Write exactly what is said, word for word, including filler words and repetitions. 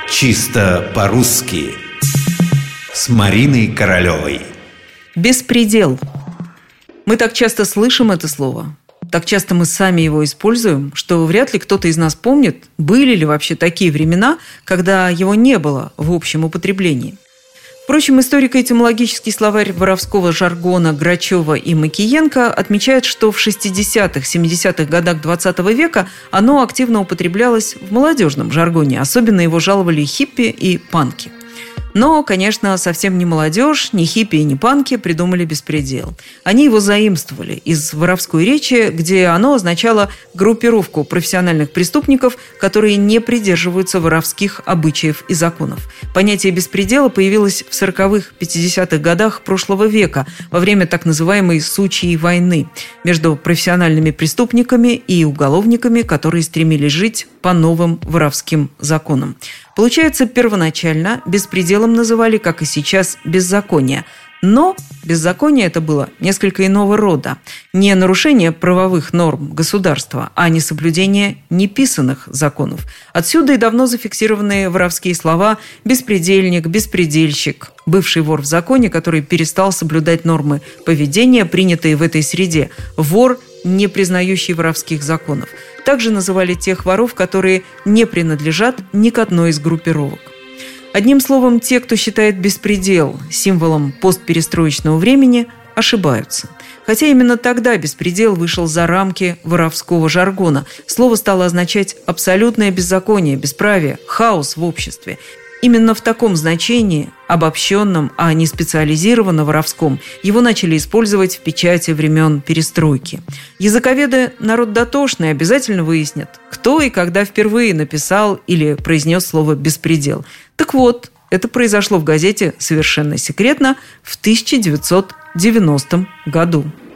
Чисто по-русски с Мариной Королевой. Беспредел. Мы так часто слышим это слово, так часто мы сами его используем, что вряд ли кто-то из нас помнит, были ли вообще такие времена, когда его не было в общем употреблении. Впрочем, историко-этимологический словарь воровского жаргона Грачева и Макиенко отмечает, что в шестидесятых-семидесятых годах двадцатого века оно активно употреблялось в молодежном жаргоне. Особенно его жаловали хиппи и панки. Но, конечно, совсем не молодежь, ни хиппи и ни панки придумали беспредел. Они его заимствовали из воровской речи, где оно означало группировку профессиональных преступников, которые не придерживаются воровских обычаев и законов. Понятие беспредела появилось в сороковых-пятидесятых годах прошлого века, во время так называемой «сучьей войны» между профессиональными преступниками и уголовниками, которые стремились жить по новым воровским законам. Получается, первоначально беспределом называли, как и сейчас, беззаконие. Но беззаконие это было несколько иного рода. Не нарушение правовых норм государства, а несоблюдение неписанных законов. Отсюда и давно зафиксированные воровские слова «беспредельник», «беспредельщик», бывший вор в законе, который перестал соблюдать нормы поведения, принятые в этой среде, вор, не признающий воровских законов. Также называли тех воров, которые не принадлежат ни к одной из группировок. Одним словом, те, кто считает беспредел символом постперестроечного времени, ошибаются. Хотя именно тогда беспредел вышел за рамки воровского жаргона. Слово стало означать абсолютное беззаконие, бесправие, хаос в обществе. Именно в таком значении, обобщенном, а не специализированно воровском, его начали использовать в печати времен перестройки. Языковеды – народ дотошный, обязательно выяснят, кто и когда впервые написал или произнес слово «беспредел». Так вот, это произошло в газете «Совершенно секретно» в тысяча девятьсот девяностом году.